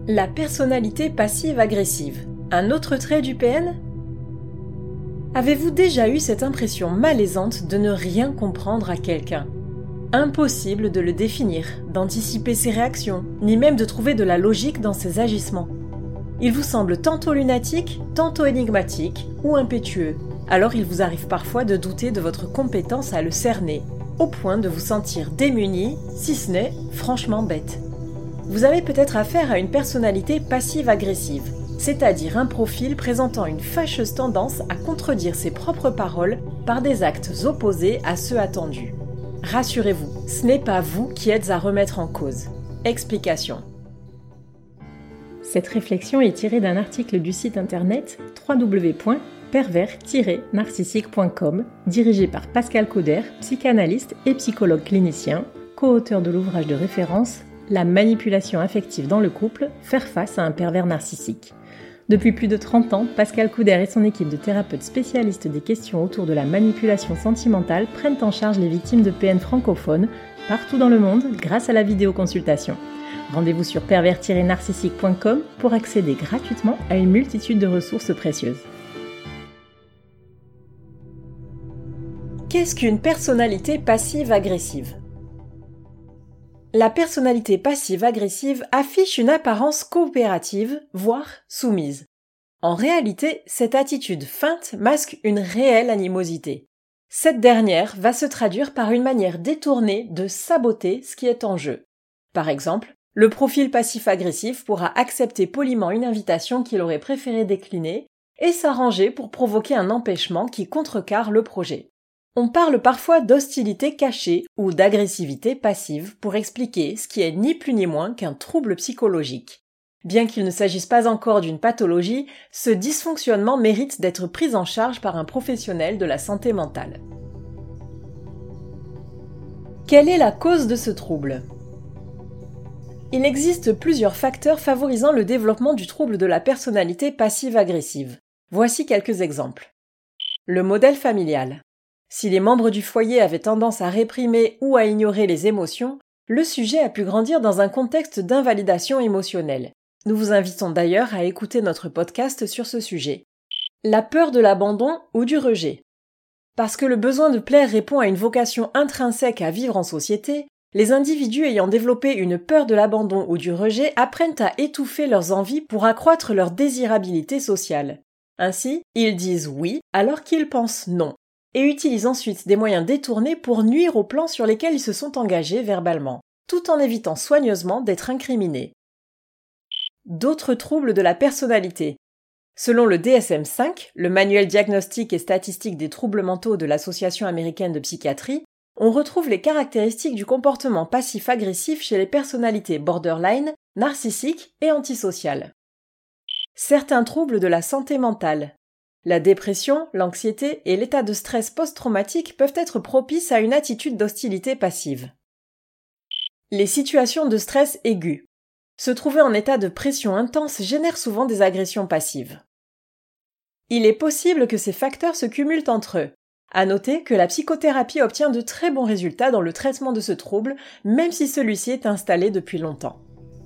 La personnalité passive-agressive, un autre trait du PN ? Avez-vous déjà eu cette impression malaisante de ne rien comprendre à quelqu'un ? Impossible de le définir, d'anticiper ses réactions, ni même de trouver de la logique dans ses agissements. Il vous semble tantôt lunatique, tantôt énigmatique ou impétueux. Alors il vous arrive parfois de douter de votre compétence à le cerner, au point de vous sentir démuni, si ce n'est franchement bête. Vous avez peut-être affaire à une personnalité passive-agressive, c'est-à-dire un profil présentant une fâcheuse tendance à contredire ses propres paroles par des actes opposés à ceux attendus. Rassurez-vous, ce n'est pas vous qui êtes à remettre en cause. Explication. Cette réflexion est tirée d'un article du site internet www.pervers-narcissique.com, dirigé par Pascal Couder, psychanalyste et psychologue clinicien, co-auteur de l'ouvrage de référence « La manipulation affective dans le couple, faire face à un pervers narcissique ». Depuis plus de 30 ans, Pascal Couder et son équipe de thérapeutes spécialistes des questions autour de la manipulation sentimentale prennent en charge les victimes de PN francophones partout dans le monde grâce à la vidéoconsultation. Rendez-vous sur pervers-narcissique.com pour accéder gratuitement à une multitude de ressources précieuses. Qu'est-ce qu'une personnalité passive-agressive ? La personnalité passive-agressive affiche une apparence coopérative, voire soumise. En réalité, cette attitude feinte masque une réelle animosité. Cette dernière va se traduire par une manière détournée de saboter ce qui est en jeu. Par exemple, le profil passif-agressif pourra accepter poliment une invitation qu'il aurait préféré décliner et s'arranger pour provoquer un empêchement qui contrecarre le projet. On parle parfois d'hostilité cachée ou d'agressivité passive pour expliquer ce qui est ni plus ni moins qu'un trouble psychologique. Bien qu'il ne s'agisse pas encore d'une pathologie, ce dysfonctionnement mérite d'être pris en charge par un professionnel de la santé mentale. Quelle est la cause de ce trouble ? Il existe plusieurs facteurs favorisant le développement du trouble de la personnalité passive-agressive. Voici quelques exemples. Le modèle familial. Si les membres du foyer avaient tendance à réprimer ou à ignorer les émotions, le sujet a pu grandir dans un contexte d'invalidation émotionnelle. Nous vous invitons d'ailleurs à écouter notre podcast sur ce sujet. La peur de l'abandon ou du rejet. Parce que le besoin de plaire répond à une vocation intrinsèque à vivre en société, les individus ayant développé une peur de l'abandon ou du rejet apprennent à étouffer leurs envies pour accroître leur désirabilité sociale. Ainsi, ils disent oui alors qu'ils pensent non, et utilisent ensuite des moyens détournés pour nuire aux plans sur lesquels ils se sont engagés verbalement, tout en évitant soigneusement d'être incriminés. D'autres troubles de la personnalité. Selon le DSM-5, le manuel diagnostique et statistique des troubles mentaux de l'Association américaine de psychiatrie, on retrouve les caractéristiques du comportement passif-agressif chez les personnalités borderline, narcissiques et antisociales. Certains troubles de la santé mentale. La dépression, l'anxiété et l'état de stress post-traumatique peuvent être propices à une attitude d'hostilité passive. Les situations de stress aigu. Se trouver en état de pression intense génère souvent des agressions passives. Il est possible que ces facteurs se cumulent entre eux. À noter que la psychothérapie obtient de très bons résultats dans le traitement de ce trouble, même si celui-ci est installé depuis longtemps.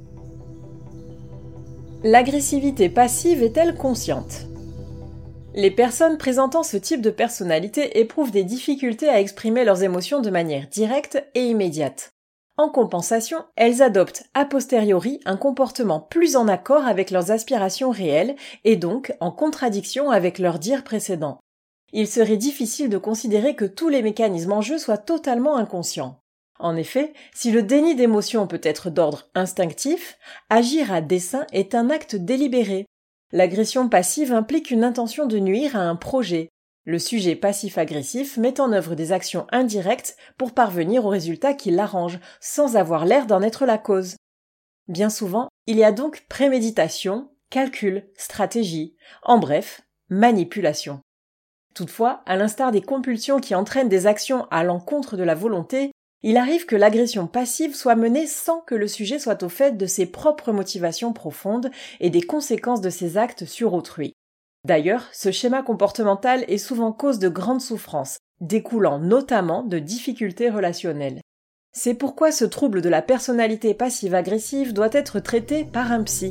L'agressivité passive est-elle consciente ? Les personnes présentant ce type de personnalité éprouvent des difficultés à exprimer leurs émotions de manière directe et immédiate. En compensation, elles adoptent a posteriori un comportement plus en accord avec leurs aspirations réelles et donc en contradiction avec leurs dires précédents. Il serait difficile de considérer que tous les mécanismes en jeu soient totalement inconscients. En effet, si le déni d'émotion peut être d'ordre instinctif, agir à dessein est un acte délibéré. L'agression passive implique une intention de nuire à un projet. Le sujet passif-agressif met en œuvre des actions indirectes pour parvenir au résultat qui l'arrange, sans avoir l'air d'en être la cause. Bien souvent, il y a donc préméditation, calcul, stratégie, en bref, manipulation. Toutefois, à l'instar des compulsions qui entraînent des actions à l'encontre de la volonté, il arrive que l'agression passive soit menée sans que le sujet soit au fait de ses propres motivations profondes et des conséquences de ses actes sur autrui. D'ailleurs, ce schéma comportemental est souvent cause de grandes souffrances, découlant notamment de difficultés relationnelles. C'est pourquoi ce trouble de la personnalité passive-agressive doit être traité par un psy.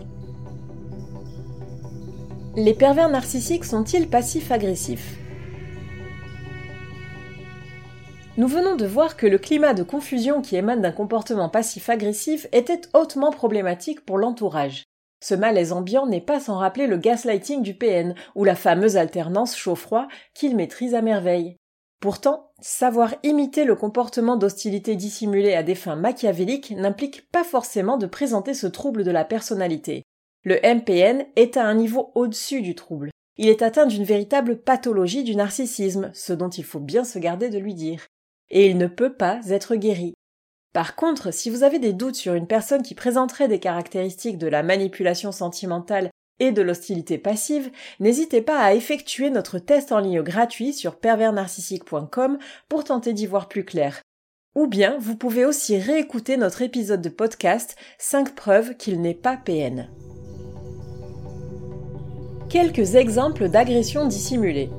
Les pervers narcissiques sont-ils passifs-agressifs ? Nous venons de voir que le climat de confusion qui émane d'un comportement passif-agressif était hautement problématique pour l'entourage. Ce malaise ambiant n'est pas sans rappeler le gaslighting du PN ou la fameuse alternance chaud-froid qu'il maîtrise à merveille. Pourtant, savoir imiter le comportement d'hostilité dissimulé à des fins machiavéliques n'implique pas forcément de présenter ce trouble de la personnalité. Le MPN est à un niveau au-dessus du trouble. Il est atteint d'une véritable pathologie du narcissisme, ce dont il faut bien se garder de lui dire. Et il ne peut pas être guéri. Par contre, si vous avez des doutes sur une personne qui présenterait des caractéristiques de la manipulation sentimentale et de l'hostilité passive, n'hésitez pas à effectuer notre test en ligne gratuit sur perversnarcissique.com pour tenter d'y voir plus clair. Ou bien, vous pouvez aussi réécouter notre épisode de podcast 5 preuves qu'il n'est pas PN. Quelques exemples d'agressions dissimulées.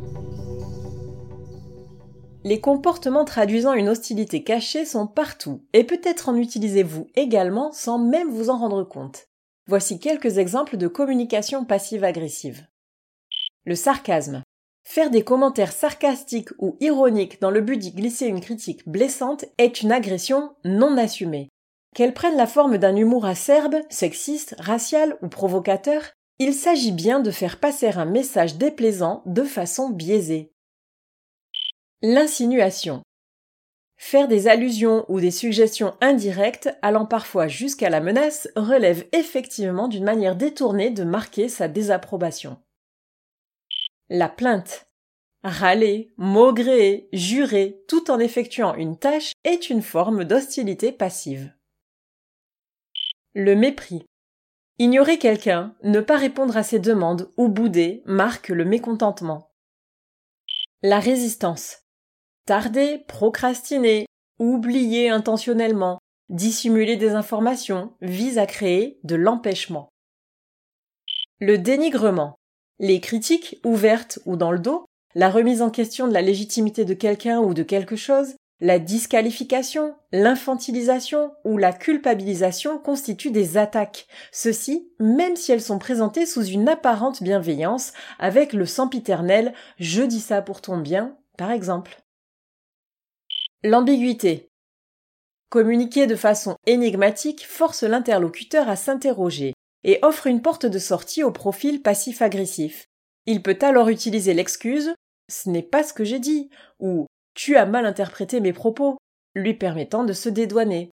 Les comportements traduisant une hostilité cachée sont partout, et peut-être en utilisez-vous également sans même vous en rendre compte. Voici quelques exemples de communication passive-agressive. Le sarcasme. Faire des commentaires sarcastiques ou ironiques dans le but d'y glisser une critique blessante est une agression non assumée. Qu'elle prenne la forme d'un humour acerbe, sexiste, racial ou provocateur, il s'agit bien de faire passer un message déplaisant de façon biaisée. L'insinuation. Faire des allusions ou des suggestions indirectes, allant parfois jusqu'à la menace, relève effectivement d'une manière détournée de marquer sa désapprobation. La plainte. Râler, maugréer, jurer, tout en effectuant une tâche est une forme d'hostilité passive. Le mépris. Ignorer quelqu'un, ne pas répondre à ses demandes ou bouder marque le mécontentement. La résistance. Tarder, procrastiner, oublier intentionnellement, dissimuler des informations vise à créer de l'empêchement. Le dénigrement. Les critiques, ouvertes ou dans le dos, la remise en question de la légitimité de quelqu'un ou de quelque chose, la disqualification, l'infantilisation ou la culpabilisation constituent des attaques, ceci même si elles sont présentées sous une apparente bienveillance avec le sempiternel « je dis ça pour ton bien » par exemple. L'ambiguïté. Communiquer de façon énigmatique force l'interlocuteur à s'interroger et offre une porte de sortie au profil passif-agressif. Il peut alors utiliser l'excuse « ce n'est pas ce que j'ai dit » ou « tu as mal interprété mes propos », lui permettant de se dédouaner.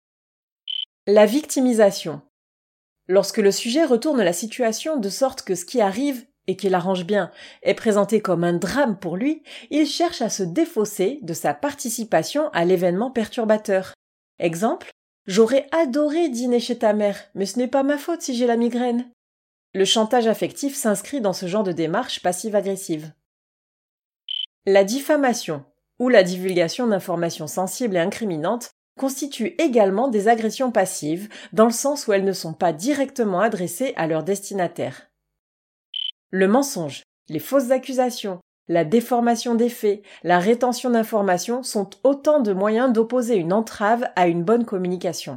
La victimisation. Lorsque le sujet retourne la situation de sorte que ce qui arrive et qu'il arrange bien, est présenté comme un drame pour lui, il cherche à se défausser de sa participation à l'événement perturbateur. Exemple, « J'aurais adoré dîner chez ta mère, mais ce n'est pas ma faute si j'ai la migraine. » Le chantage affectif s'inscrit dans ce genre de démarche passive-agressive. La diffamation, ou la divulgation d'informations sensibles et incriminantes, constituent également des agressions passives, dans le sens où elles ne sont pas directement adressées à leur destinataire. Le mensonge, les fausses accusations, la déformation des faits, la rétention d'informations sont autant de moyens d'opposer une entrave à une bonne communication.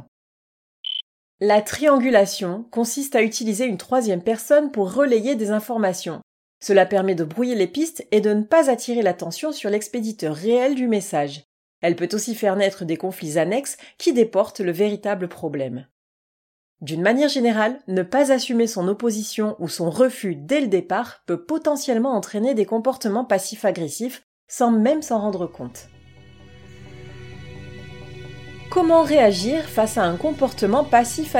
La triangulation consiste à utiliser une troisième personne pour relayer des informations. Cela permet de brouiller les pistes et de ne pas attirer l'attention sur l'expéditeur réel du message. Elle peut aussi faire naître des conflits annexes qui déportent le véritable problème. D'une manière générale, ne pas assumer son opposition ou son refus dès le départ peut potentiellement entraîner des comportements passifs-agressifs sans même s'en rendre compte. Comment réagir face à un comportement passif-agressif ?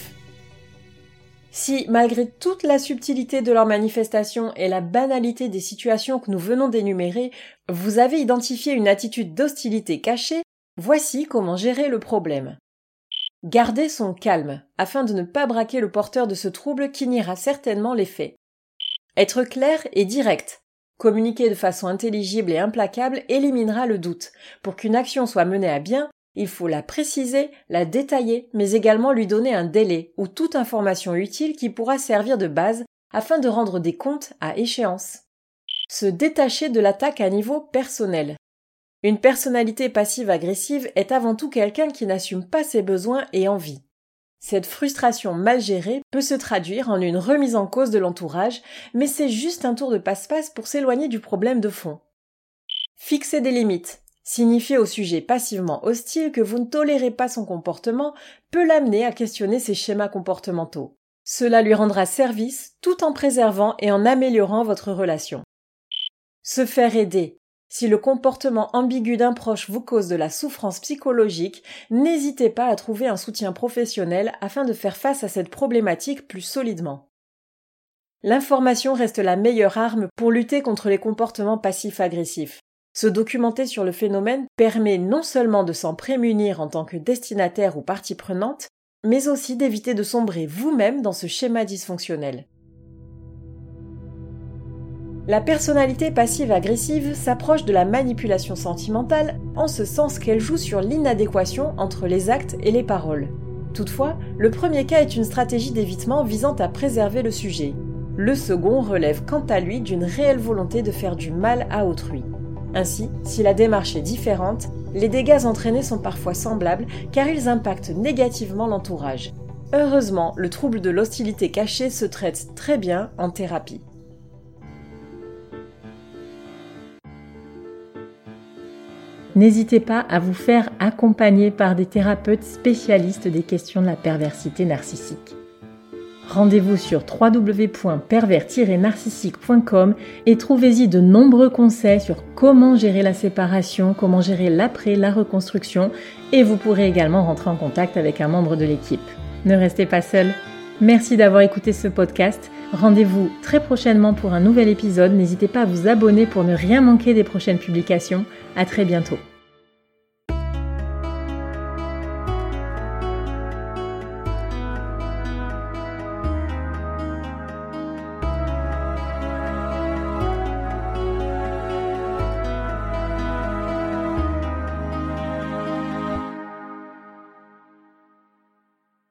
Si, malgré toute la subtilité de leur manifestation et la banalité des situations que nous venons d'énumérer, vous avez identifié une attitude d'hostilité cachée, voici comment gérer le problème. Garder son calme, afin de ne pas braquer le porteur de ce trouble qui niera certainement les faits. Être clair et direct. Communiquer de façon intelligible et implacable éliminera le doute. Pour qu'une action soit menée à bien, il faut la préciser, la détailler, mais également lui donner un délai ou toute information utile qui pourra servir de base afin de rendre des comptes à échéance. Se détacher de l'attaque à niveau personnel. Une personnalité passive-agressive est avant tout quelqu'un qui n'assume pas ses besoins et envies. Cette frustration mal gérée peut se traduire en une remise en cause de l'entourage, mais c'est juste un tour de passe-passe pour s'éloigner du problème de fond. Fixer des limites. Signifier au sujet passivement hostile que vous ne tolérez pas son comportement peut l'amener à questionner ses schémas comportementaux. Cela lui rendra service tout en préservant et en améliorant votre relation. Se faire aider. Si le comportement ambigu d'un proche vous cause de la souffrance psychologique, n'hésitez pas à trouver un soutien professionnel afin de faire face à cette problématique plus solidement. L'information reste la meilleure arme pour lutter contre les comportements passifs-agressifs. Se documenter sur le phénomène permet non seulement de s'en prémunir en tant que destinataire ou partie prenante, mais aussi d'éviter de sombrer vous-même dans ce schéma dysfonctionnel. La personnalité passive-agressive s'approche de la manipulation sentimentale en ce sens qu'elle joue sur l'inadéquation entre les actes et les paroles. Toutefois, le premier cas est une stratégie d'évitement visant à préserver le sujet. Le second relève quant à lui d'une réelle volonté de faire du mal à autrui. Ainsi, si la démarche est différente, les dégâts entraînés sont parfois semblables car ils impactent négativement l'entourage. Heureusement, le trouble de l'hostilité cachée se traite très bien en thérapie. N'hésitez pas à vous faire accompagner par des thérapeutes spécialistes des questions de la perversité narcissique. Rendez-vous sur www.pervers-narcissique.com et trouvez-y de nombreux conseils sur comment gérer la séparation, comment gérer l'après, la reconstruction, et vous pourrez également rentrer en contact avec un membre de l'équipe. Ne restez pas seul. Merci d'avoir écouté ce podcast. Rendez-vous très prochainement pour un nouvel épisode. N'hésitez pas à vous abonner pour ne rien manquer des prochaines publications. À très bientôt.